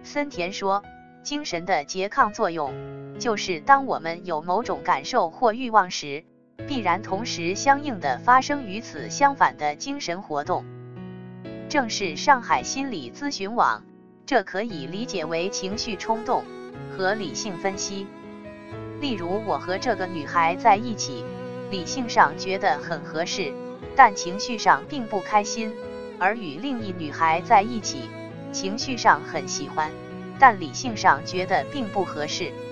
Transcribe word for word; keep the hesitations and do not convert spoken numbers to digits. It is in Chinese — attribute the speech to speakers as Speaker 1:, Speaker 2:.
Speaker 1: 森田说，精神的拮抗作用，就是当我们有某种感受或欲望时，必然同时相应的发生与此相反的精神活动。正是上海心理咨询网，这可以理解为情绪冲动和理性分析。例如，我和这个女孩在一起，理性上觉得很合适，但情绪上并不开心；而与另一女孩在一起，情绪上很喜欢，但理性上觉得并不合适。